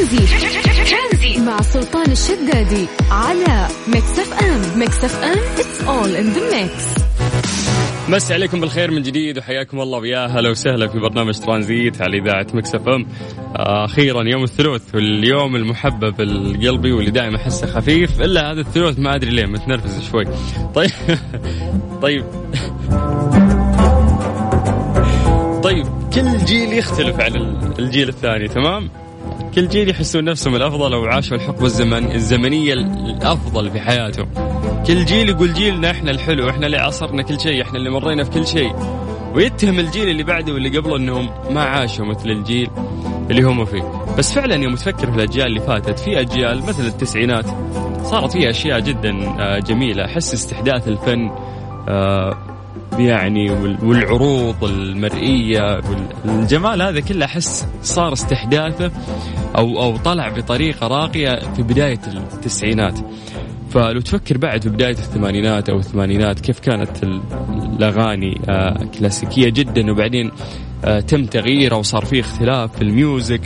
ترانزي مع سلطان الشدادي على ميكس اف ام. ميكس اف ام it's all in the mix. مسي عليكم بالخير من جديد وحياكم الله ويا هلا وسهلا في برنامج ترانزيت على إذاعة ميكس اف ام. أخيرا يوم الثلاث واليوم المحبب القلبي واللي دائما أحسه خفيف، إلا هذا الثلاث ما أدري ليه متنرفز شوي. طيب كل جيل يختلف عن الجيل الثاني، تمام؟ كل جيل يحسون نفسهم الأفضل أو عاشوا الحقبة الزمنية الأفضل في حياتهم. كل جيل يقول جيلنا إحنا الحلو، إحنا اللي عصرنا كل شيء، إحنا اللي مرينا في كل شيء، ويتهم الجيل اللي بعده واللي قبله أنهم ما عاشوا مثل الجيل اللي هم فيه. بس فعلا يوم تفكر في الأجيال اللي فاتت، في أجيال مثل التسعينات صارت فيها أشياء جدا جميلة. أحس استحداث الفن يعني والعروض المرئية والجمال هذا كله أحس صار استحداثه أو طلع بطريقة راقية في بداية التسعينات. فلو تفكر بعد في بداية الثمانينات أو الثمانينات كيف كانت الأغاني كلاسيكية جدا، وبعدين تم تغييرها وصار فيه اختلاف في الميوزك.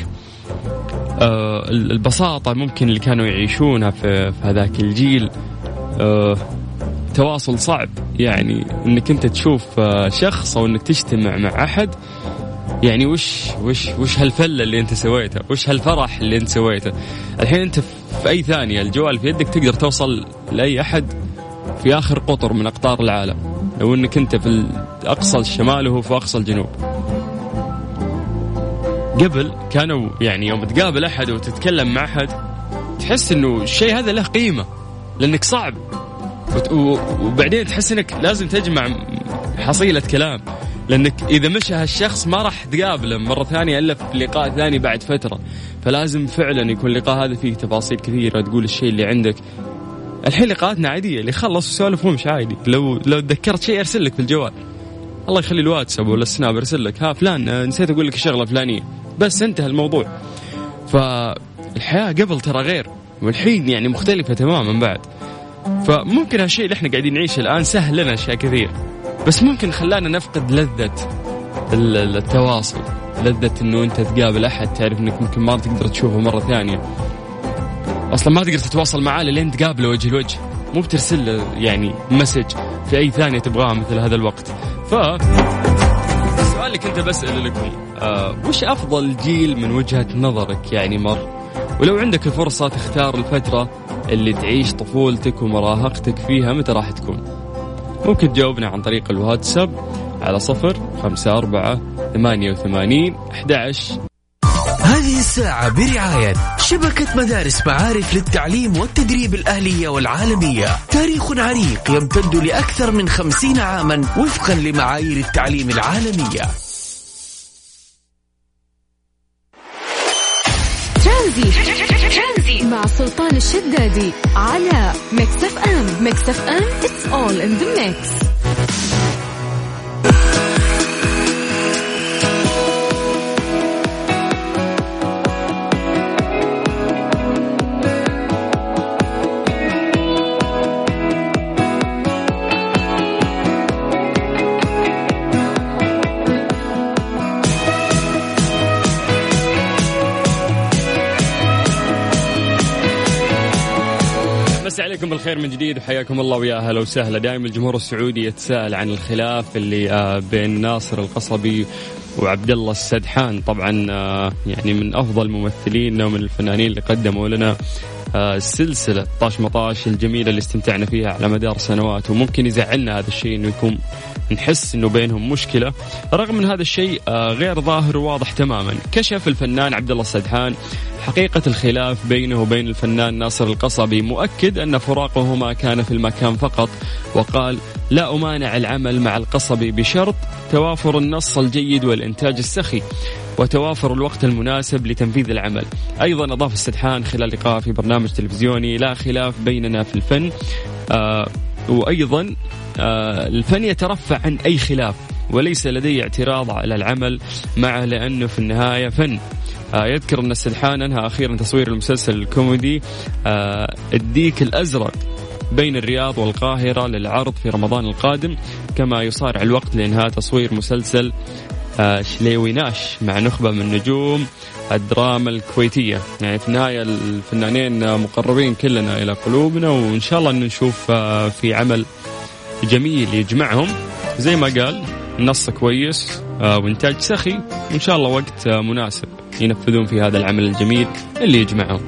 البساطة ممكن اللي كانوا يعيشونها في هذاك الجيل، تواصل صعب، يعني انك انت تشوف شخص او انك تجتمع مع احد، يعني وش هالفله اللي انت سويتها، وش هالفرح اللي انت سويته. الحين انت في اي ثانيه الجوال في يدك تقدر توصل لاي احد في اخر قطر من اقطار العالم، لو انك انت في اقصى الشمال وهو في اقصى الجنوب. قبل كانوا يعني يوم تقابل احد وتتكلم مع احد تحس انه الشيء هذا له قيمه لانك صعب، وبعدين تحس انك لازم تجمع حصيلة كلام، لانك اذا مشى هالشخص ما راح تقابله مرة ثانية الا في لقاء ثاني بعد فترة. فلازم فعلا يكون اللقاء هذا فيه تفاصيل كثيرة، تقول الشيء اللي عندك. الحين لقاءاتنا عادية، اللي خلص وسولف مش عادي، لو تذكرت شيء ارسل لك في الجوال، الله يخلي الواتساب ولا السناب ارسل لك، ها فلان نسيت اقول لك الشغلة فلانية، بس انتهى الموضوع. فالحياة قبل ترى غير، والحين يعني مختلفة تماما بعد. فممكن هالشيء اللي احنا قاعدين نعيشه الآن سهل لنا أشياء كثير، بس ممكن خلانا نفقد لذة التواصل، لذة إنه أنت تقابل أحد تعرف إنك ممكن ما تقدر تشوفه مرة ثانية، أصلا ما تقدر تتواصل معاه لين تقابله وجه لوجه، مو بترسل له يعني مسج في أي ثانية تبغاه مثل هذا الوقت. السؤال اللي كنت بسأله لكم، وش أفضل جيل من وجهة نظرك يعني مر، ولو عندك الفرصة تختار الفترة اللي تعيش طفولتك ومراهقتك فيها، متى راح تكون؟ ممكن تجاوبنا عن طريق الواتساب على 054-88-11. هذه الساعة برعاية شبكة مدارس معارف للتعليم والتدريب الأهلية والعالمية، تاريخ عريق يمتد لأكثر من 50 عاما وفقا لمعايير التعليم العالمية. ترانزي مع سلطان الشدادي على ميكس اف ام. ميكس اف ام it's all in the mix. عليكم بالخير من جديد وحياكم الله ويا أهلا وسهلا. دائما الجمهور السعودي يتساءل عن الخلاف اللي بين ناصر القصبي وعبد الله السدحان. طبعا يعني من أفضل الممثلين ومن الفنانين اللي قدموا لنا السلسلة طاش مطاش الجميلة اللي استمتعنا فيها على مدار سنوات. وممكن يزعلنا هذا الشيء إنه يكون نحس إنه بينهم مشكلة، رغم من هذا الشيء غير ظاهر وواضح تماما. كشف الفنان عبد الله السدحان حقيقة الخلاف بينه وبين الفنان ناصر القصبي، مؤكد أن فراقهما كان في المكان فقط، وقال: لا أمانع العمل مع القصبي بشرط توافر النص الجيد والإنتاج السخي وتوافر الوقت المناسب لتنفيذ العمل. أيضا أضاف السدحان خلال لقاء في برنامج تلفزيوني: لا خلاف بيننا في الفن، وأيضا الفن يترفع عن أي خلاف، وليس لدي اعتراض على العمل معه لأنه في النهاية فن. يذكر أن السدحان أنهى أخيرا تصوير المسلسل الكوميدي الديك الأزرق بين الرياض والقاهرة للعرض في رمضان القادم، كما يصارع الوقت لإنهاء تصوير مسلسل شليويناش مع نخبة من نجوم الدراما الكويتية. يعني في النهاية الفنانين مقربين كلنا إلى قلوبنا، وإن شاء الله أن نشوف في عمل جميل يجمعهم زي ما قال، نص كويس وإنتاج سخي، وإن شاء الله وقت مناسب ينفذون في هذا العمل الجميل اللي يجمعهم.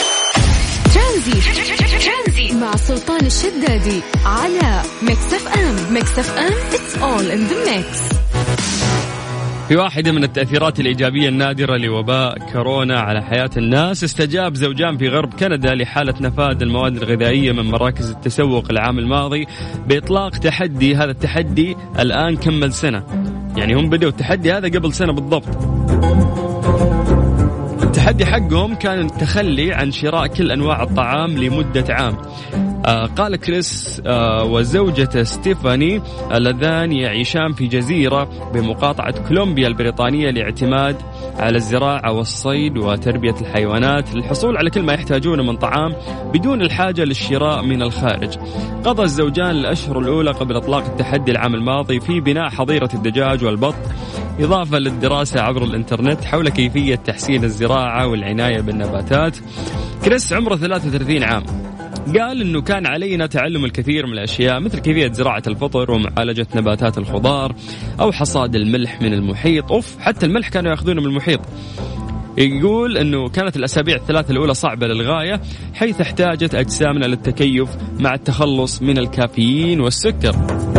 ترانزي مع سلطان الشدادي على ميكس اف ام. ميكس اف ام it's all in the mix. في واحدة من التأثيرات الإيجابية النادرة لوباء كورونا على حياة الناس، استجاب زوجان في غرب كندا لحالة نفاذ المواد الغذائية من مراكز التسوق العام الماضي بإطلاق تحدي. هذا التحدي الآن كمل سنة، يعني هم بدأوا التحدي هذا قبل سنة بالضبط. التحدي حقهم كان التخلي عن شراء كل أنواع الطعام لمدة عام. قال كريس وزوجته ستيفاني اللذان يعيشان في جزيرة بمقاطعة كولومبيا البريطانية لاعتماد على الزراعة والصيد وتربية الحيوانات للحصول على كل ما يحتاجونه من طعام بدون الحاجة للشراء من الخارج. قضى الزوجان الأشهر الأولى قبل إطلاق التحدي العام الماضي في بناء حظيرة الدجاج والبط، إضافة للدراسة عبر الإنترنت حول كيفية تحسين الزراعة والعناية بالنباتات. كريس عمره 33 عام، قال إنه كان علينا تعلم الكثير من الأشياء مثل كيفية زراعة الفطر ومعالجة نباتات الخضار أو حصاد الملح من المحيط. حتى الملح كانوا يأخذونه من المحيط. يقول أنه كانت الأسابيع الثلاثة الأولى صعبة للغاية، حيث احتاجت أجسامنا للتكيف مع التخلص من الكافيين والسكر.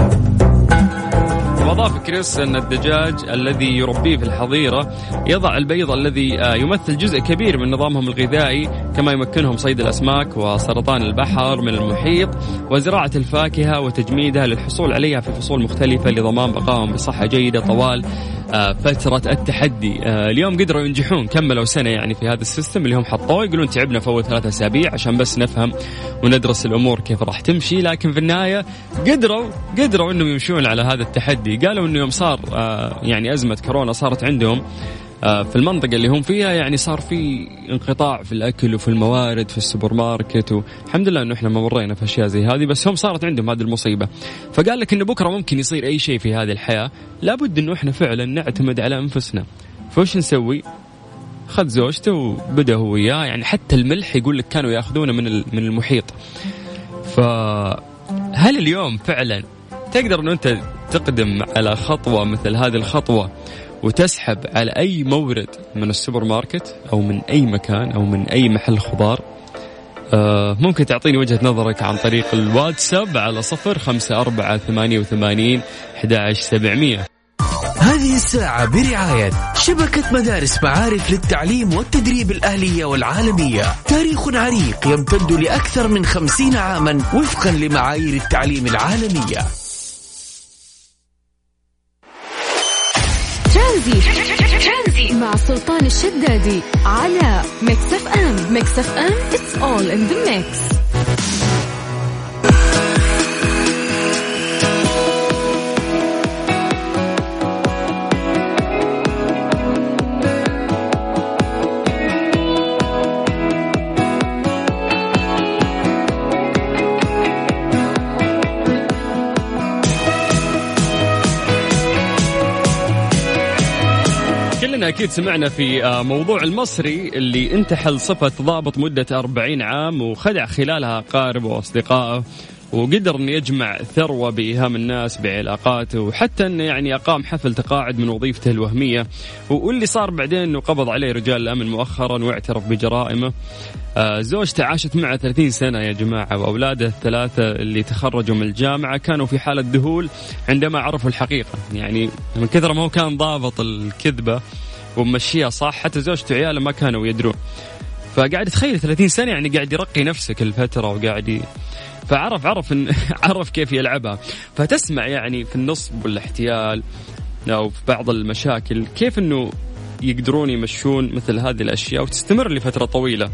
وأضاف كريس أن الدجاج الذي يربيه في الحظيرة يضع البيض الذي يمثل جزء كبير من نظامهم الغذائي، كما يمكنهم صيد الأسماك وسرطان البحر من المحيط وزراعة الفاكهة وتجميدها للحصول عليها في فصول مختلفة لضمان بقائهم بصحة جيدة طوال فترة التحدي. اليوم قدروا ينجحون، كملوا سنة يعني في هذا السيستم اللي هم حطوه. يقولون تعبنا في أول 3 أسابيع عشان بس نفهم وندرس الأمور كيف راح تمشي، لكن في النهاية قدروا إنهم يمشون على هذا التحدي. قالوا إنه يوم صار يعني أزمة كورونا صارت عندهم في المنطقة اللي هم فيها، يعني صار في انقطاع في الأكل وفي الموارد في السوبر ماركت، والحمد لله إنه إحنا ما مرينا في أشياء زي هذه، بس هم صارت عندهم هذه المصيبة. فقال لك إنه بكرة ممكن يصير أي شيء في هذه الحياة، لابد إنه إحنا فعلا نعتمد على أنفسنا. فوش نسوي؟ خذ زوجته وبدأ هو وياه، يعني حتى الملح يقول لك كانوا يأخذونه من المحيط. فهل اليوم فعلا تقدر إنه أنت تقدم على خطوة مثل هذه الخطوة وتسحب على أي مورد من السوبر ماركت أو من أي مكان أو من أي محل خضار؟ ممكن تعطيني وجهة نظرك عن طريق الواتساب على 0548811700. هذه الساعة برعاية شبكة مدارس معارف للتعليم والتدريب الأهلية والعالمية. تاريخ عريق يمتد لأكثر من 50 عاما وفقا لمعايير التعليم العالمية. ترانزي مع سلطان الشدادي على ميكس اف ام. ميكس اف ام it's all in the mix. أكيد سمعنا في موضوع المصري اللي انتحل صفة ضابط مدة 40 عام وخدع خلالها أقاربه وأصدقائه، وقدر أن يجمع ثروة بإيهام الناس بعلاقاته، وحتى أنه يعني أقام حفل تقاعد من وظيفته الوهمية. واللي صار بعدين أنه قبض عليه رجال الأمن مؤخرا واعترف بجرائمه. زوجته عاشت معه 30 سنة يا جماعة، وأولاده الثلاثة اللي تخرجوا من الجامعة كانوا في حالة ذهول عندما عرفوا الحقيقة. يعني من كثر ما هو كان ضابط الكذبة ومشيها صح، حتى زوجته وعياله ما كانوا يدرون. فقاعد تخيل 30 سنة يعني قاعد يرقي نفسه كل فترة، وقاعد عرف كيف يلعبها. فتسمع يعني في النصب والاحتيال أو في بعض المشاكل كيف إنه يقدرون يمشون مثل هذه الأشياء وتستمر لفترة طويلة.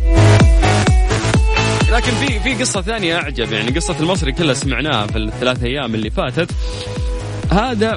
لكن في قصة ثانية أعجب، يعني قصة المصري كلها سمعناها في ال3 أيام اللي فاتت. هذا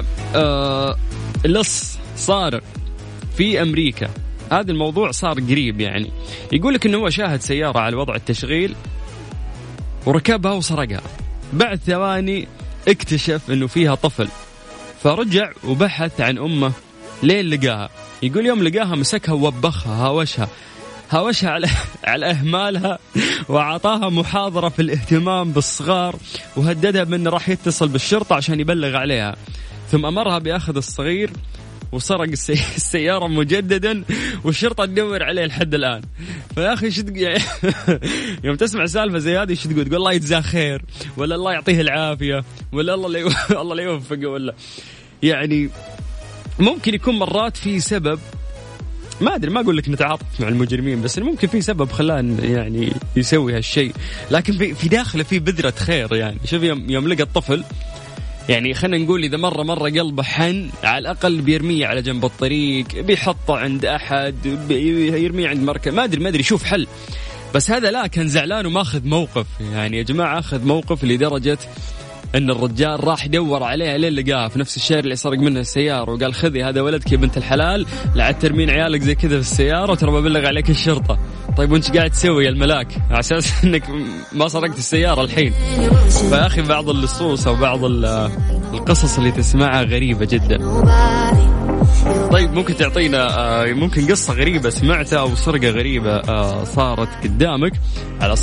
لص صار في أمريكا. هذا الموضوع صار قريب، يعني يقول لك إنه هو شاهد سيارة على وضع التشغيل وركبها وسرقها. بعد ثواني اكتشف إنه فيها طفل، فرجع وبحث عن أمه لين لقاها. يقول يوم لقاها مسكها ووبخها هاوشها على إهمالها، وعطاها محاضرة في الاهتمام بالصغار، وهددها بأنه راح يتصل بالشرطة عشان يبلغ عليها، ثم أمرها بأخذ الصغير وسرق السيارة مجددا، والشرطة تدور عليه لحد الآن. فيا أخي يعني يوم تسمع سالفة زي هذه شو تقول الله يجزاه خير، ولا الله يعطيه العافية، ولا الله يوفقه، ولا يعني ممكن يكون مرات في سبب، ما أدري، ما أقول لك نتعاطف مع المجرمين، بس ممكن في سبب خلاه يعني يسوي هالشيء، لكن في داخله في بذرة خير. يعني شوف يوم لقى الطفل، يعني خلينا نقول إذا مرة قلبه حن، على الأقل بيرميه على جنب الطريق، بيحطه عند أحد، يرميه عند مركب، ما أدري شوف حل. بس هذا لا، كان زعلان وماخذ موقف. يعني يا جماعة أخذ موقف لدرجة أن الرجال راح يدور عليها لين لقاها في نفس الشارع اللي سرق منه السيارة، وقال خذي هذا ولدك يا بنت الحلال، لا عاد ترمين عيالك زي كذا في السيارة، وترى ببلغ عليك الشرطة. طيب وانت قاعد تسوي يا الملاك على أساس أنك ما سرقت السيارة الحين؟ فأخي بعض اللصوص أو بعض القصص اللي تسمعها غريبة جدا. طيب ممكن تعطينا ممكن قصة غريبة سمعتها أو سرقة غريبة صارت قدامك على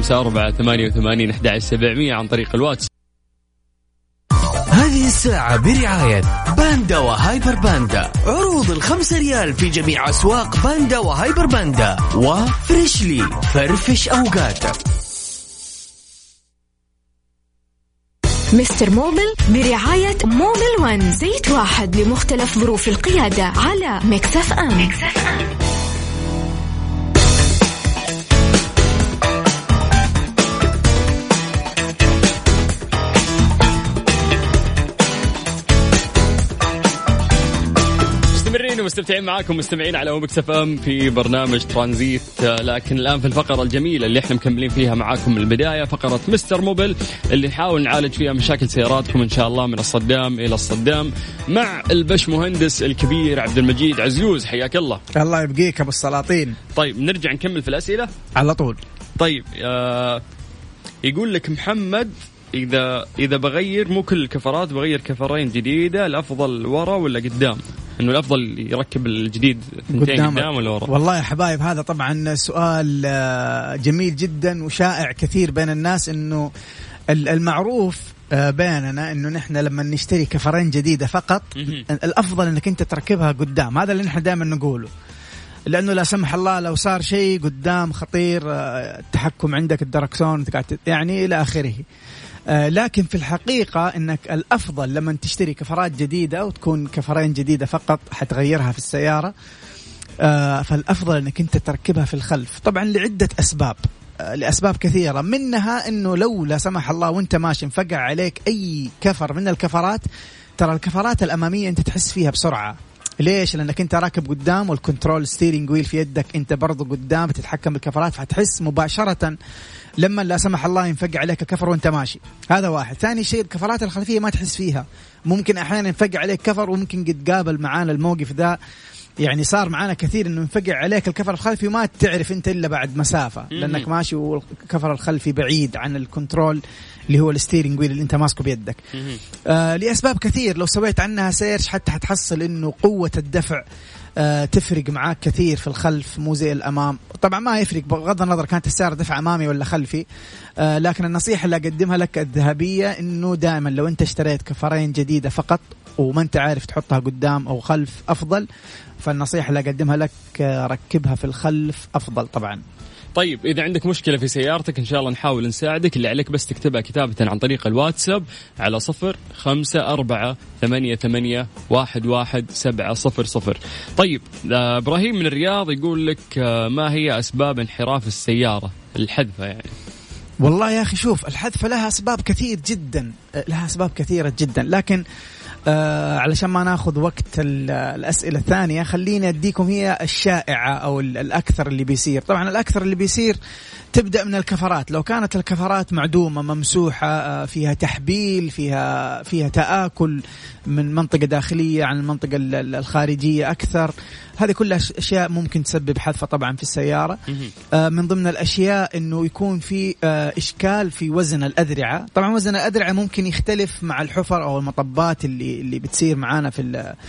0548811700 عن طريق الواتس. هذه الساعة برعاية باندا وهايبر باندا، عروض 5 ريال في جميع أسواق باندا وهايبر باندا، وفريشلي فرفش أوقاتك. مستر موبل برعاية موبل 1، زيت واحد لمختلف ظروف القيادة، على ميكس اف ام. مستمتعين معاكم مستمعين على ميكس اف ام في برنامج ترانزيت. لكن الآن في الفقرة الجميلة اللي احنا مكملين فيها معاكم من البداية، فقرة مستر موبل اللي نحاول نعالج فيها مشاكل سياراتكم إن شاء الله من الصدام إلى الصدام، مع البش مهندس الكبير عبد المجيد عزيوز. حياك الله. الله يبقيك أبو السلاطين. طيب نرجع نكمل في الأسئلة على طول. طيب يقول لك محمد، إذا بغير مو كل الكفرات، بغير كفرين جديدة، الأفضل ورا ولا قدام؟ إنه الأفضل يركب الجديد قدام ولا ورا؟ والله يا حبايب هذا طبعا سؤال جميل جدا وشائع كثير بين الناس. إنه المعروف بيننا إنه نحن لما نشتري كفرين جديدة فقط الأفضل إنك أنت تركبها قدام. هذا اللي نحن دائما نقوله، لأنه لا سمح الله لو صار شيء قدام خطير، التحكم عندك، الدركسون يعني إلى آخره. لكن في الحقيقة إنك الأفضل لما تشتري كفرات جديدة وتكون كفرين جديدة فقط حتغيرها في السيارة، فالأفضل إنك أنت تركبها في الخلف، طبعا لعدة أسباب، لأسباب كثيرة، منها إنه لو لا سمح الله وانت ماشي انفقع عليك أي كفر من الكفرات، ترى الكفرات الأمامية أنت تحس فيها بسرعة. ليش؟ لأنك أنت راكب قدام والكنترول ستيرينج ويل في يدك، أنت برضو قدام بتتحكم بالكفرات، فهتحس مباشرة لما لا سمح الله ينفقع عليك كفر وانت ماشي. هذا واحد. ثاني شيء الكفرات الخلفية ما تحس فيها، ممكن أحيانا ينفقع عليك كفر، وممكن قد قابل معانا الموقف ذا، يعني صار معانا كثير إنه ينفقع عليك الكفر الخلفي وما تعرف أنت إلا بعد مسافة، لأنك ماشي والكفر الخلفي بعيد عن الكنترول اللي هو الستيرينج ويل اللي أنت ماسكه بيدك. لأسباب كثير لو سويت عنها سيرش حتى هتحصل إنه قوة الدفع تفرق معاك كثير في الخلف، مو زي الأمام. طبعا ما يفرق بغض النظر كانت السيارة دفع أمامي ولا خلفي، لكن النصيحة اللي أقدمها لك الذهبية إنه دائما لو أنت اشتريت كفرين جديدة فقط وما أنت عارف تحطها قدام أو خلف أفضل، فالنصيحة اللي أقدمها لك ركبها في الخلف أفضل طبعا. طيب إذا عندك مشكلة في سيارتك إن شاء الله نحاول نساعدك. اللي عليك بس تكتبها كتابة عن طريق الواتساب على 0548811700. طيب إبراهيم من الرياض يقول لك ما هي أسباب انحراف السيارة الحذفة؟ يعني والله يا أخي شوف، الحذفة لها أسباب كثير جدا، لها أسباب كثيرة جدا، لكن علشان ما ناخذ وقت الأسئلة الثانية خليني أديكم هي الشائعة أو الأكثر اللي بيصير. طبعا الأكثر اللي بيصير تبدأ من الكفرات. لو كانت الكفرات معدومة ممسوحة، فيها تحبيل، فيها تآكل من منطقة داخلية عن المنطقة الخارجية أكثر، هذه كلها أشياء ممكن تسبب حذفة طبعا في السيارة. من ضمن الأشياء إنه يكون في إشكال في وزن الأذرعة. طبعا وزن الأذرعة ممكن يختلف مع الحفر أو المطبات اللي بتصير معانا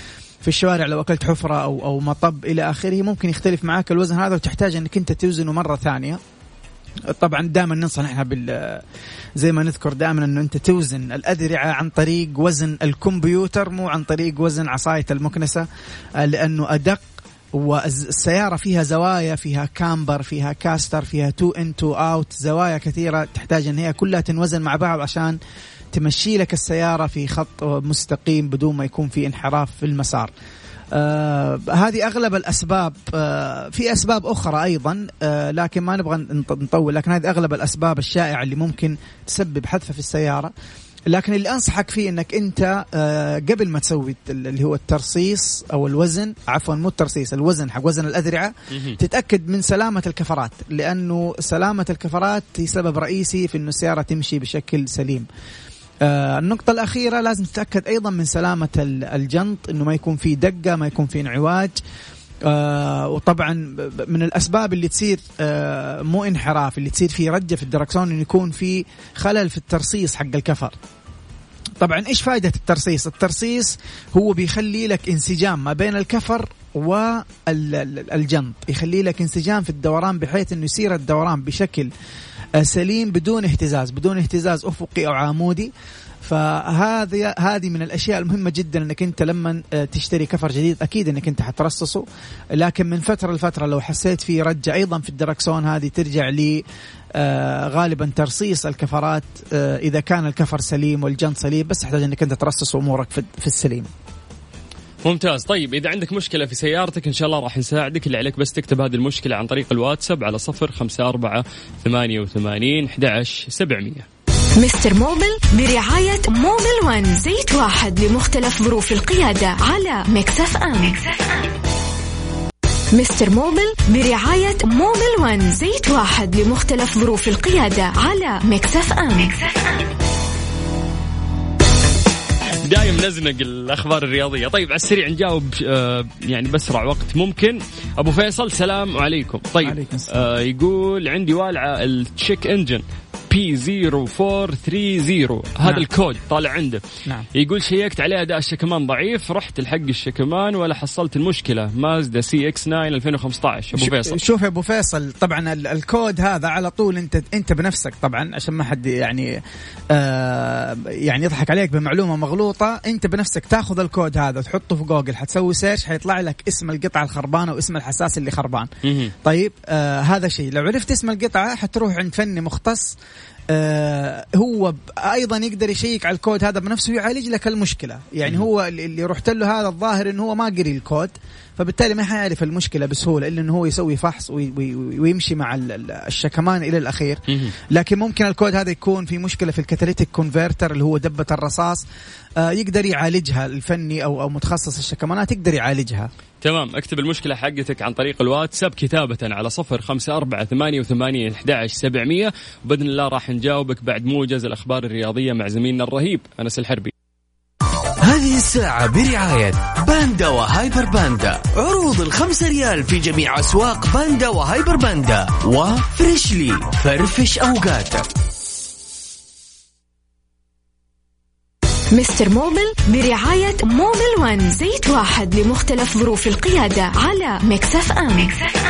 في الشوارع لو أكلت حفرة أو مطب إلى آخره ممكن يختلف معاك الوزن هذا وتحتاج أنك أنت توزنه مرة ثانية. طبعا دائما ننصح احنا زي ما نذكر دائما انه انت توزن الأذرعة عن طريق وزن الكمبيوتر مو عن طريق وزن عصاية المكنسة، لأنه أدق، والسيارة فيها زوايا، فيها كامبر، فيها كاستر، فيها 2 in 2 out، زوايا كثيرة تحتاج ان هي كلها تنوزن مع بعض عشان تمشي لك السيارة في خط مستقيم بدون ما يكون في انحراف في المسار. هذه أغلب الأسباب. في أسباب أخرى أيضا لكن ما نبغى نطول، لكن هذه أغلب الأسباب الشائعة اللي ممكن تسبب حادثة في السيارة. لكن اللي أنصحك فيه أنك أنت قبل ما تسوي اللي هو الترصيص أو الوزن، عفوا مو الترصيص، الوزن حق وزن الأذرعة، تتأكد من سلامة الكفرات، لأنه سلامة الكفرات هي سبب رئيسي في أنه السيارة تمشي بشكل سليم. النقطة الأخيرة لازم تتأكد أيضا من سلامة الجنط، إنه ما يكون فيه دقة، ما يكون فيه انعواج. وطبعا من الأسباب اللي تصير مو انحراف، اللي تصير فيه رجة في الدركسون، إنه يكون فيه خلل في الترصيص حق الكفر. طبعا إيش فائدة الترصيص؟ الترصيص هو بيخلي لك انسجام ما بين الكفر والجنط، يخلي لك انسجام في الدوران بحيث إنه يصير الدوران بشكل سليم بدون اهتزاز أفقي أو عمودي. فهذه من الأشياء المهمة جدا، أنك أنت لما تشتري كفر جديد أكيد أنك أنت حترصصه، لكن من فترة لفترة لو حسيت في رجة أيضا في الدركسون هذه ترجع لي غالبا ترصيص الكفرات إذا كان الكفر سليم والجنط سليم، بس تحتاج أنك أنت ترصص أمورك في السليم. ممتاز. طيب إذا عندك مشكلة في سيارتك إن شاء الله راح نساعدك. اللي عليك بس تكتب هذه المشكلة عن طريق الواتساب على 0548811700. مستر موبل برعاية موبل 1، زيت واحد لمختلف ظروف القيادة على ميكس اف ام. مستر موبل برعاية موبل 1، زيت واحد لمختلف ظروف القيادة على ميكس اف ام. دايم نزنق الأخبار الرياضية. طيب على السريع نجاوب يعني بسرع وقت ممكن. أبو فيصل سلام عليكم. طيب يقول عندي والعة التشيك انجن P0430 هذا الكود طالع عنده. يقول شيكت عليه أداء الشكمان ضعيف، رحت الحق الشكمان ولا حصلت المشكلة. مازدا CX-9 2015. أبو فيصل شوف يا أبو فيصل، طبعا الكود هذا على طول أنت بنفسك طبعا عشان ما حد يعني يضحك عليك بمعلومة مغلوطة، أنت بنفسك تأخذ الكود هذا تحطه في جوجل، حتسوي سيرش حيطلع لك اسم القطعة الخربانة واسم الحساس اللي خربان. طيب هذا شيء. لو عرفت اسم القطعة حتروح عند فني مختص، هو أيضا يقدر يشيك على الكود هذا بنفسه ويعالج لك المشكلة. يعني هو اللي رحت له هذا الظاهر إنه هو ما قري الكود، فبالتالي ما حيعرف المشكلة بسهولة إلا إنه هو يسوي فحص ويمشي مع الشكمان إلى الأخير. لكن ممكن الكود هذا يكون في مشكلة في الكاتاليتيك كونفرتر اللي هو دبة الرصاص، يقدر يعالجها الفني أو متخصص الشكمانات يقدر يعالجها. تمام. اكتب المشكلة حقتك عن طريق الواتساب كتابة على 0548811700 وبإذن الله راح نجاوبك بعد موجز الأخبار الرياضية مع زميلنا الرهيب أنس الحربي. هذه الساعة برعاية باندا وهايبر باندا، عروض 5 ريال في جميع أسواق باندا وهايبر باندا، وفريشلي فرفش أوقاتك. مستر موبل برعاية موبل 1، زيت واحد لمختلف ظروف القيادة على ميكس اف ام.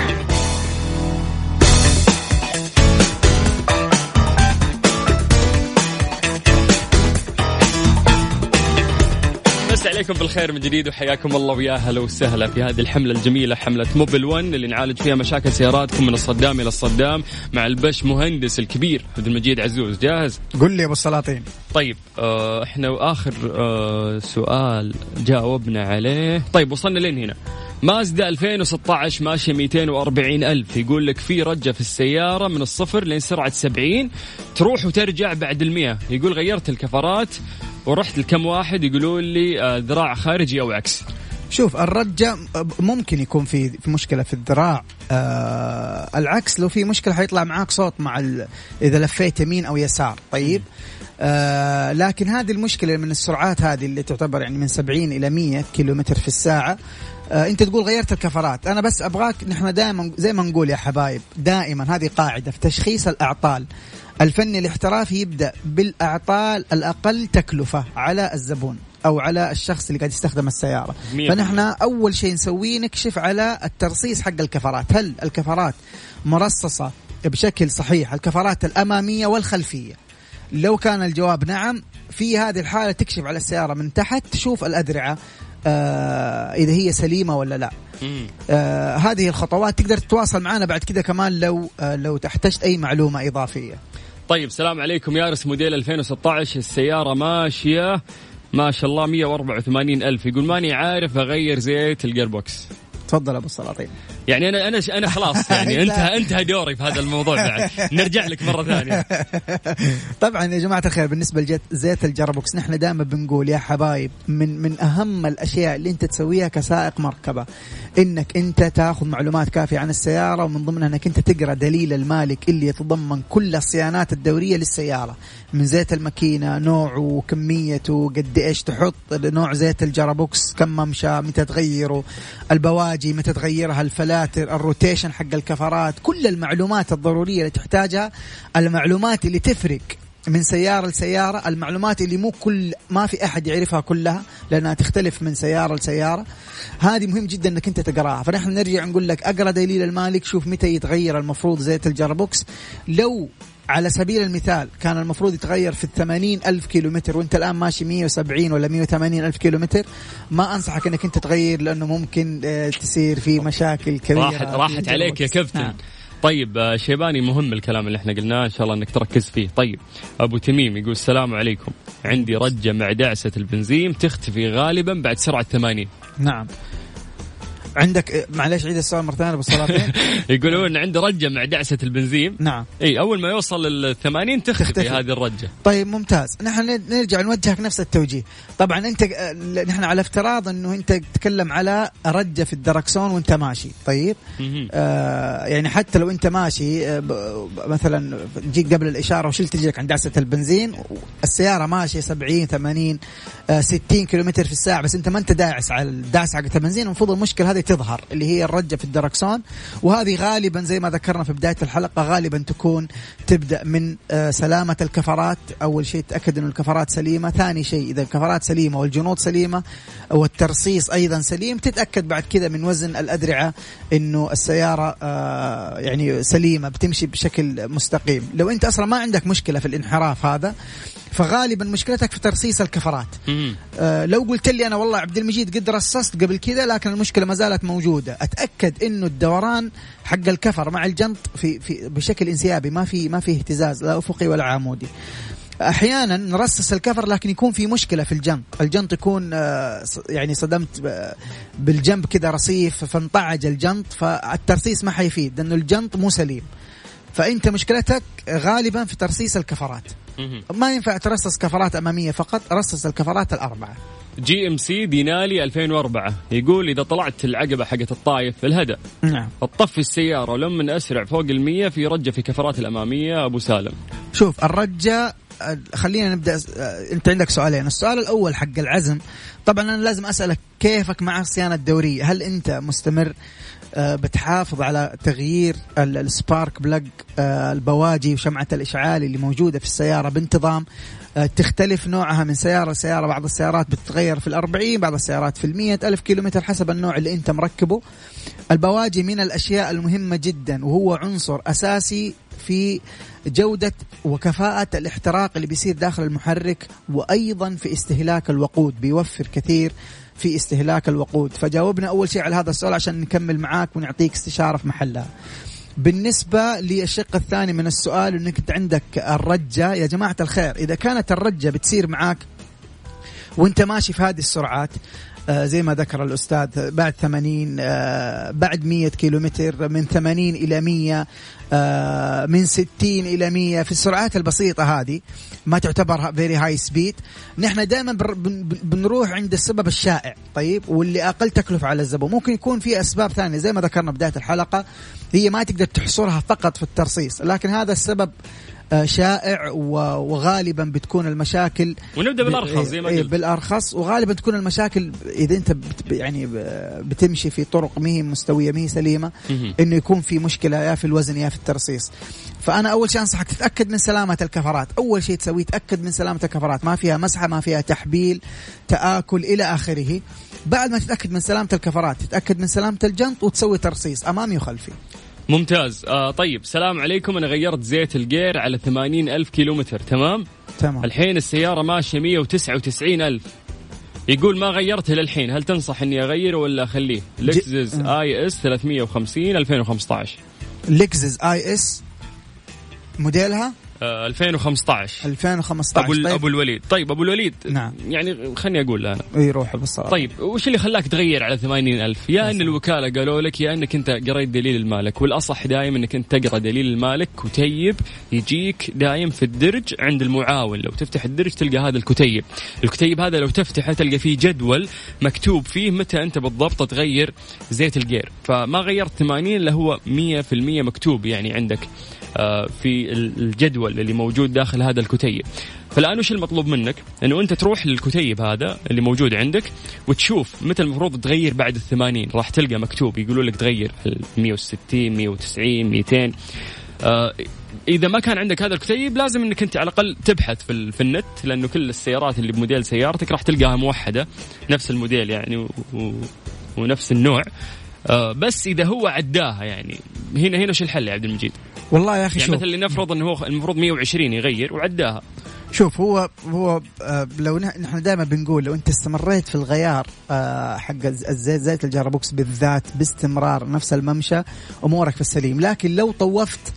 بس عليكم بالخير من جديد وحياكم الله ويا هلا وسهلا في هذه الحملة الجميلة، حملة موبل 1 اللي نعالج فيها مشاكل سياراتكم من الصدام إلى الصدام مع البش مهندس الكبير عبد المجيد عزوز. جاهز؟ قل لي أبو السلاطين. طيب احنا آخر سؤال جاوبنا عليه. طيب وصلنا لين هنا. مازدا 2016 ماشية 240,000، يقول لك في رجة في السيارة من الصفر لين سرعة 70 تروح وترجع بعد 100. يقول غيرت الكفرات ورحت لكم واحد يقولوا لي ذراع خارجي أو عكس. شوف الرجة ممكن يكون في مشكلة في الذراع، العكس لو في مشكلة حيطلع معاك صوت مع إذا لفيت يمين أو يسار. طيب لكن هذه المشكلة من السرعات هذه اللي تعتبر يعني من 70 إلى 100 كيلومتر في الساعة، أنت تقول غيرت الكفرات. أنا بس أبغاك نحن دائما زي ما نقول يا حبايب، دائما هذه قاعدة في تشخيص الأعطال، الفني الاحترافي يبدأ بالأعطال الأقل تكلفة على الزبون أو على الشخص اللي قاعد يستخدم السيارة. فنحن أول شيء نسويه نكشف على الترصيص حق الكفرات، هل الكفرات مرصصة بشكل صحيح، الكفرات الأمامية والخلفية. لو كان الجواب نعم، في هذه الحالة تكشف على السيارة من تحت تشوف الأدرعة إذا هي سليمة ولا لا. هذه الخطوات. تقدر تتواصل معنا بعد كده كمان لو تحتجت أي معلومة إضافية. طيب السلام عليكم، يارس موديل 2016 السيارة ماشية ما شاء الله 184,000. يقول ماني عارف أغير زيت الجيربوكس. تفضل أبو السلاطين. يعني أنا خلاص يعني انتهى دوري في هذا الموضوع بعد. نرجع لك مرة ثانية. طبعا يا جماعة الخير، بالنسبة لزيت الجيربوكس نحن دائما بنقول يا حبايب من أهم الأشياء اللي أنت تسويها كسائق مركبة إنك أنت تأخذ معلومات كافية عن السيارة، ومن ضمنها إنك أنت تقرأ دليل المالك اللي يتضمن كل الصيانات الدورية للسيارة، من زيت الماكينة، نوعه وكميته، قد إيش تحط، نوع زيت الجيربوكس، كم ممشى، متى تغيره، البواجي متى تغيرها، الفلاتر، الروتيشن حق الكفرات، كل المعلومات الضرورية اللي تحتاجها، المعلومات اللي تفرق من سيارة لسيارة، المعلومات اللي ما في أحد يعرفها كلها لأنها تختلف من سيارة لسيارة. هذه مهم جدا أنك أنت تقرأها. فنحن نرجع نقول لك أقرأ دليل المالك، شوف متى يتغير المفروض زيت الجيربوكس. لو على سبيل المثال كان المفروض يتغير في 80,000 كيلومتر وانت الآن ماشي 170 ولا 180,000 كيلومتر، ما أنصحك أنك أنت تغير، لأنه ممكن تصير في مشاكل كبيرة. راحت عليك يا كابتن. طيب شيباني، مهم الكلام اللي احنا قلناه، إن شاء الله أنك تركز فيه. طيب أبو تميم يقول السلام عليكم، عندي رجة مع دعسة البنزين تختفي غالبا بعد سرعة 80. نعم. عندك معلش عيد السؤال مرة ثانية بالصلاة. يقولون عنده رجة مع دعسة البنزين. نعم. اي اول ما يوصل 80 تختفي هذه الرجة. طيب ممتاز، نحن نرجع نوجهك نفس التوجيه. طبعا انت نحن على افتراض انه انت تتكلم على رجة في الدركسون وانت ماشي. طيب يعني حتى لو انت ماشي مثلا جيت قبل الاشارة وشلت رجلك عند دعسة البنزين، السيارة ماشية 70 80 60 كيلومتر في الساعة، بس انت ما انت داعس على الدعسة حق البنزين، المفروض المشكلة هذه تظهر اللي هي الرجة في الدركسون. وهذه غالبا زي ما ذكرنا في بداية الحلقة غالبا تكون تبدأ من سلامة الكفرات. أول شيء تأكد أن الكفرات سليمة، ثاني شيء إذا الكفرات سليمة والجنوط سليمة والترصيص أيضا سليم، تتأكد بعد كذا من وزن الأدرعة أنه السيارة يعني سليمة بتمشي بشكل مستقيم. لو أنت أصلا ما عندك مشكلة في الانحراف هذا، فغالبا مشكلتك في ترصيص الكفرات. لو قلت لي أنا والله عبد المجيد قد رصصت قبل كذا لكن المشكلة ما زالت موجودة، أتأكد إنه الدوران حق الكفر مع الجنط في بشكل انسيابي، ما في اهتزاز لا أفقي ولا عمودي. أحيانا نرصص الكفر لكن يكون في مشكلة في الجنط يكون يعني صدمت بالجنب كذا رصيف فانطعج الجنط، فالترصيص ما حيفيد لأنه الجنط مو سليم. فأنت مشكلتك غالبا في ترصيص الكفرات. ما ينفع ترصص كفرات أمامية فقط، رصص الكفرات الأربعة. GMC دينالي 2004 يقول إذا طلعت العقبة حقت الطايف الهدى، نعم، الطفي السيارة ولما أسرع فوق 100 في رجة في كفرات الأمامية. أبو سالم، شوف الرجة، خلينا نبدأ. أنت عندك سؤالين. السؤال الأول حق العزم، طبعا أنا لازم أسألك كيفك مع الصيانة الدورية. هل أنت مستمر بتحافظ على تغيير السبارك بلاج، البواجي وشمعة الإشعال اللي موجودة في السيارة بانتظام؟ تختلف نوعها من سيارة لسيارة، بعض السيارات بتتغير في 40، بعض السيارات في 100,000 كيلومتر حسب النوع اللي أنت مركبه. البواجي من الأشياء المهمة جدا، وهو عنصر أساسي في جودة وكفاءة الاحتراق اللي بيصير داخل المحرك، وأيضا في استهلاك الوقود، بيوفر كثير في استهلاك الوقود. فجاوبنا أول شيء على هذا السؤال عشان نكمل معاك ونعطيك استشارة في محلها. بالنسبة للشق الثاني من السؤال، أنك أنت عندك الرجة، يا جماعة الخير إذا كانت الرجة بتصير معاك وانت ماشي في هذه السرعات زي ما ذكر الأستاذ، بعد 80 بعد 100 كيلومتر، من 80 إلى 100، من 60 إلى 100، في السرعات البسيطة هذه ما تعتبر very high speed. نحن دائما بنروح عند السبب الشائع، طيب، واللي أقل تكلفة على الزبون. ممكن يكون في أسباب ثانية زي ما ذكرنا بداية الحلقة، هي ما تقدر تحصرها فقط في الترصيص، لكن هذا السبب شائع وغالبا بتكون المشاكل، ونبدأ بالأرخص زي ما قلت، بالأرخص، وغالبا تكون المشاكل إذا أنت يعني بتمشي في طرق مهي مستوية مهي سليمة إنه يكون في مشكلة يا في الوزن يا في الترصيص. فأنا أول شيء أنصحك تتأكد من سلامة الكفرات. أول شيء تسويه تأكد من سلامة الكفرات، ما فيها مسحة، ما فيها تحبيل، تآكل إلى آخره. بعد ما تتأكد من سلامة الكفرات تتأكد من سلامة الجنط وتسوي ترصيص أمامي وخلفي. ممتاز. طيب سلام عليكم، أنا غيرت زيت الجير على 80,000 كيلومتر. تمام. الحين السيارة ماشية 199,000. يقول ما غيرته للحين، هل تنصح إني أغيره ولا أخليه؟ لكزس IS 350 2015. لكزس IS موديلها 2015. طيب. أبو الوليد. طيب أبو الوليد، نعم. يعني خلني أقول أنا يروح بالصراحة. طيب وش اللي خلاك تغير على 80,000؟ يا أن الوكالة قالوا لك، يا أنك أنت قريت دليل المالك، والأصح دائما أنك أنت تقرأ دليل المالك. كتيب يجيك دائم في الدرج عند المعاون، لو تفتح الدرج تلقى هذا الكتيب. الكتيب هذا لو تفتحه تلقى فيه جدول مكتوب فيه متى أنت بالضبط تغير زيت الجير. فما غيرت 80 اللي هو 100% مكتوب يعني عندك في الجدول اللي موجود داخل هذا الكتيب. فالآن وش المطلوب منك؟ أنه أنت تروح للكتيب هذا اللي موجود عندك وتشوف متى المفروض تغير بعد 80. راح تلقى مكتوب يقولوا لك تغير 160 190 200. إذا ما كان عندك هذا الكتيب لازم أنك أنت على الأقل تبحث في النت، لأنه كل السيارات اللي بموديل سيارتك راح تلقاها موحدة نفس الموديل يعني ونفس النوع. بس إذا هو عداها يعني هنا وش الحل يا عبد المجيد؟ والله يا أخي يعني مثلا لنفرض أنه هو المفروض 120 يغير وعداها. شوف هو لو نحن دائما بنقول لو أنت استمريت في الغيار حق زيت الجاربوكس بالذات باستمرار نفس الممشى أمورك في السليم. لكن لو طوفت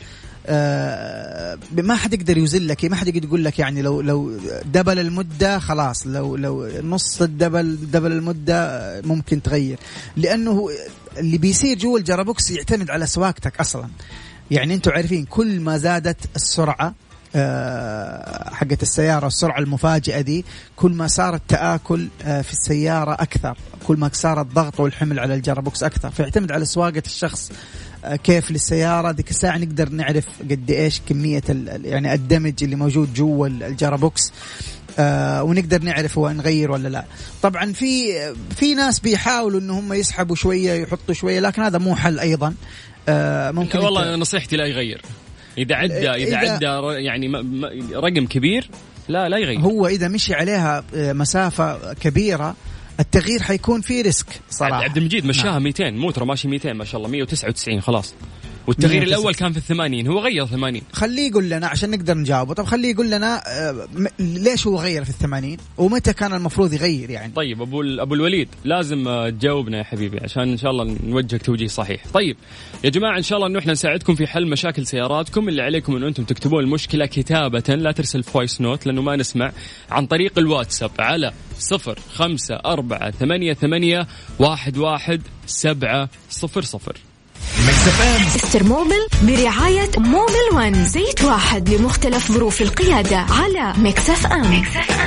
ما حد يقدر يوزلك، ما حد يقدر يقول لك يعني لو دبل المدة خلاص، لو نص دبل المدة ممكن تغير، لأنه اللي بيصير جوا الجاربوكس يعتمد على سواقتك أصلا. يعني أنتوا عارفين كل ما زادت السرعة حقت السيارة، السرعة المفاجئة دي، كل ما صار التآكل في السيارة أكثر، كل ما صار الضغط والحمل على الجاربوكس أكثر. فيعتمد على سواقة الشخص كيف للسيارة. ذيك الساعة نقدر نعرف قد إيش كمية يعني الدمج اللي موجود جوا الجاربوكس، ونقدر نعرف هو نغير ولا لا. طبعا في ناس بيحاولوا إن هم يسحبوا شوية يحطوا شوية، لكن هذا مو حل أيضا. ممكن والله نصيحتي لا يغير. إذا عدى يعني رقم كبير لا يغير. هو إذا مشي عليها مسافة كبيرة التغيير حيكون في ريسك صراحة. عبد المجيد مشاها 200 موتر ماشي 200 ما شاء الله 199 خلاص، والتغيير الأول كان في 80 هو غير 80. خليه يقول لنا عشان نقدر نجاوبه. طب خليه يقول لنا ليش هو غير في 80 ومتى كان المفروض يغير يعني. طيب أبو الوليد لازم تجاوبنا يا حبيبي عشان إن شاء الله نوجهك توجيه صحيح. طيب يا جماعة إن شاء الله إنه إحنا نساعدكم في حل مشاكل سياراتكم. اللي عليكم إنه أنتم تكتبون المشكلة كتابة، لا ترسل فويس نوت لأنه ما نسمع، عن طريق الواتساب على 0548811700. مستر موبل برعاية موبل 1، زيت واحد لمختلف ظروف القيادة على ميكس اف ام.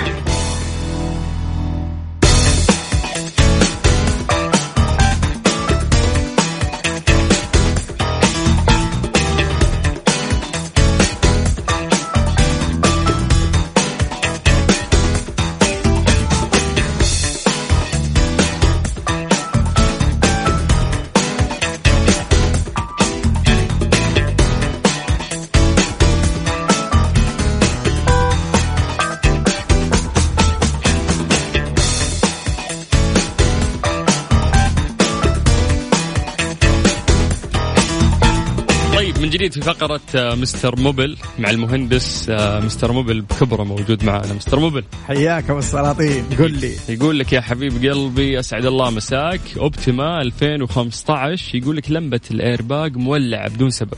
من جديد في فقرة مستر موبل مع المهندس مستر موبل بكبره موجود معنا. مستر موبل حياك ابو السلاطين. قل لي. يقول لك يا حبيب قلبي اسعد الله مساك، اوبتيما 2015 يقول لك لمبة الايرباج مولعة بدون سبب.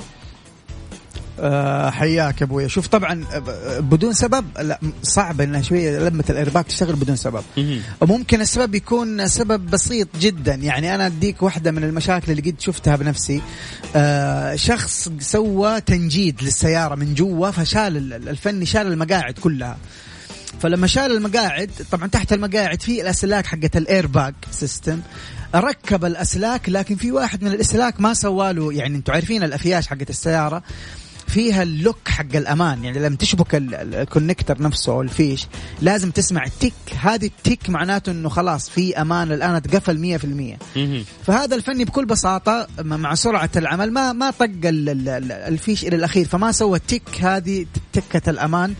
حياك ابويا. شوف طبعا بدون سبب لا صعب انها شويه لمبه الايرباك تشتغل بدون سبب. وممكن السبب يكون سبب بسيط جدا. يعني انا اديك واحده من المشاكل اللي قد شفتها بنفسي. شخص سوى تنجيد للسياره من جوا، فشال الفني شال المقاعد كلها. فلما شال المقاعد طبعا تحت المقاعد في الاسلاك حقت الايرباك سيستم، ركب الاسلاك، لكن في واحد من الاسلاك ما سواله. يعني انتم عارفين الافياش حقت السياره فيها اللوك حق الأمان. يعني لما تشبك الكونكتر نفسه أو الفيش لازم تسمع التيك، هذه التيك معناته إنه خلاص في أمان الآن اتقفل 100%. فهذا الفني بكل بساطة مع سرعة العمل ما طق الفيش إلى الأخير، فما سوى التيك هذه تكة الأمان،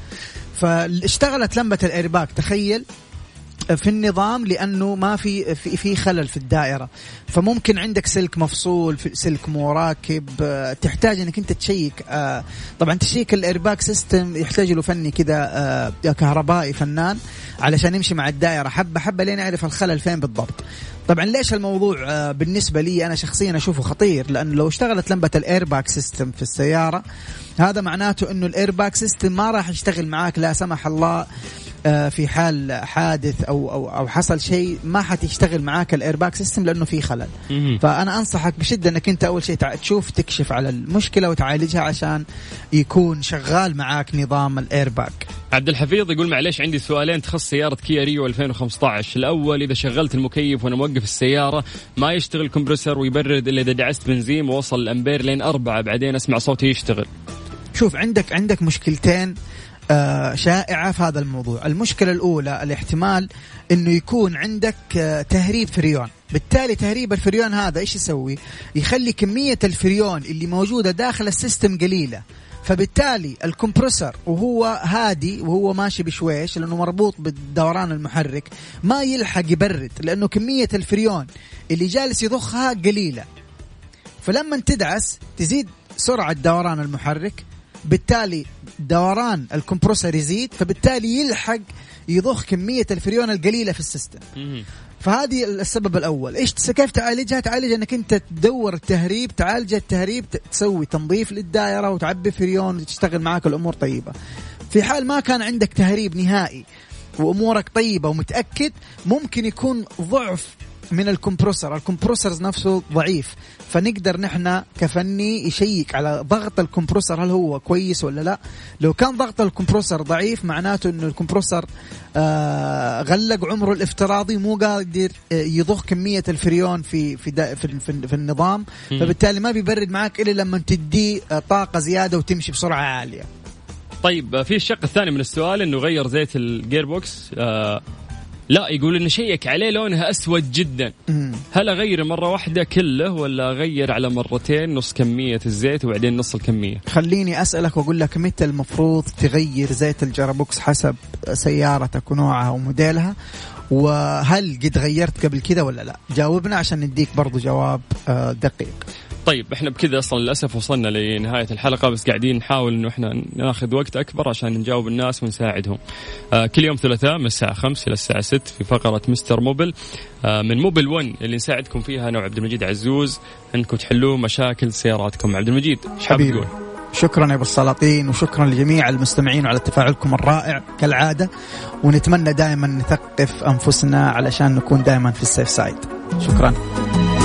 فاشتغلت لمبة الإيرباك تخيل في النظام، لأنه ما في خلل في الدائرة. فممكن عندك سلك مفصول، سلك مو راكب، تحتاج انك انت تشيك. طبعا تشيك الإيرباك سيستم يحتاج له فني كذا كهربائي فنان علشان يمشي مع الدائرة حبة حبة لين يعرف الخلل فين بالضبط. طبعا ليش الموضوع بالنسبة لي أنا شخصيا أشوفه خطير؟ لأنه لو اشتغلت لمبة الإيرباك سيستم في السيارة هذا معناته أنه الإيرباك سيستم ما راح يشتغل معاك لا سمح الله في حال حادث أو حصل شيء، ما حتشتغل معاك الإيرباك سيستم لأنه في خلل. فأنا أنصحك بشدة أنك أنت أول شيء تشوف تكشف على المشكلة وتعالجها عشان يكون شغال معاك نظام الإيرباك. عبد الحفيظ يقول معليش عندي سؤالين تخص سيارة كيا ريو 2015. الأول إذا شغلت المكيف وأنا موقف السيارة ما يشتغل الكمبرسر ويبرد إلا إذا دعست بنزين ووصل الأمبير لين 4، بعدين أسمع صوتي يشتغل. شوف عندك مشكلتين شائعة في هذا الموضوع. المشكلة الأولى الاحتمال إنه يكون عندك تهريب فريون، بالتالي تهريب الفريون هذا إيش يسوي؟ يخلي كمية الفريون اللي موجودة داخل السيستم قليلة، فبالتالي الكمبرسر وهو هادي وهو ماشي بشويش لأنه مربوط بالدوران المحرك ما يلحق يبرد، لأنه كمية الفريون اللي جالس يضخها قليلة. فلما تدعس تزيد سرعة دوران المحرك، بالتالي دوران الكمبرسر يزيد، فبالتالي يلحق يضخ كمية الفريون القليلة في السيستم. فهذه السبب الأول. إيش كيف تعالجها؟ تعالج أنك أنت تدور التهريب، تعالج التهريب، تسوي تنظيف للدائرة وتعبي فريون وتشتغل معاك الأمور طيبة. في حال ما كان عندك تهريب نهائي وأمورك طيبة ومتأكد، ممكن يكون ضعف من الكمبرسرز نفسه ضعيف، فنقدر نحن كفني يشيك على ضغط الكمبرسر هل هو كويس ولا لا. لو كان ضغط الكمبرسر ضعيف معناته انه الكمبرسر غلق عمره الافتراضي، مو قادر يضخ كمية الفريون في النظام، فبالتالي ما بيبرد معاك إلا لما تدي طاقة زيادة وتمشي بسرعة عالية. طيب في الشق الثاني من السؤال انه غير زيت الجير بوكس، لا يقول إنه شيك عليه لونها أسود جدا، هل أغير مرة واحدة كله ولا أغير على مرتين نص كمية الزيت وبعدين نص الكمية؟ خليني أسألك وأقول لك متى المفروض تغير زيت الجيربوكس حسب سيارتك ونوعها وموديلها، وهل قد غيرت قبل كده ولا لا؟ جاوبنا عشان نديك برضو جواب دقيق. طيب احنا بكذا اصلا للاسف وصلنا لنهايه الحلقه، بس قاعدين نحاول انه احنا ناخذ وقت اكبر عشان نجاوب الناس ونساعدهم. كل يوم ثلاثاء من الساعه 5 الى الساعه 6 في فقره مستر موبل من موبل 1 اللي نساعدكم فيها انا وعبد المجيد عزوز انكم تحلوا مشاكل سياراتكم. عبد المجيد ايش حابب تقول؟ شكرا يا ابو السلاطين، وشكرا لجميع المستمعين على تفاعلكم الرائع كالعاده، ونتمنى دائما نثقف انفسنا علشان نكون دائما في السيف سايد. شكرا.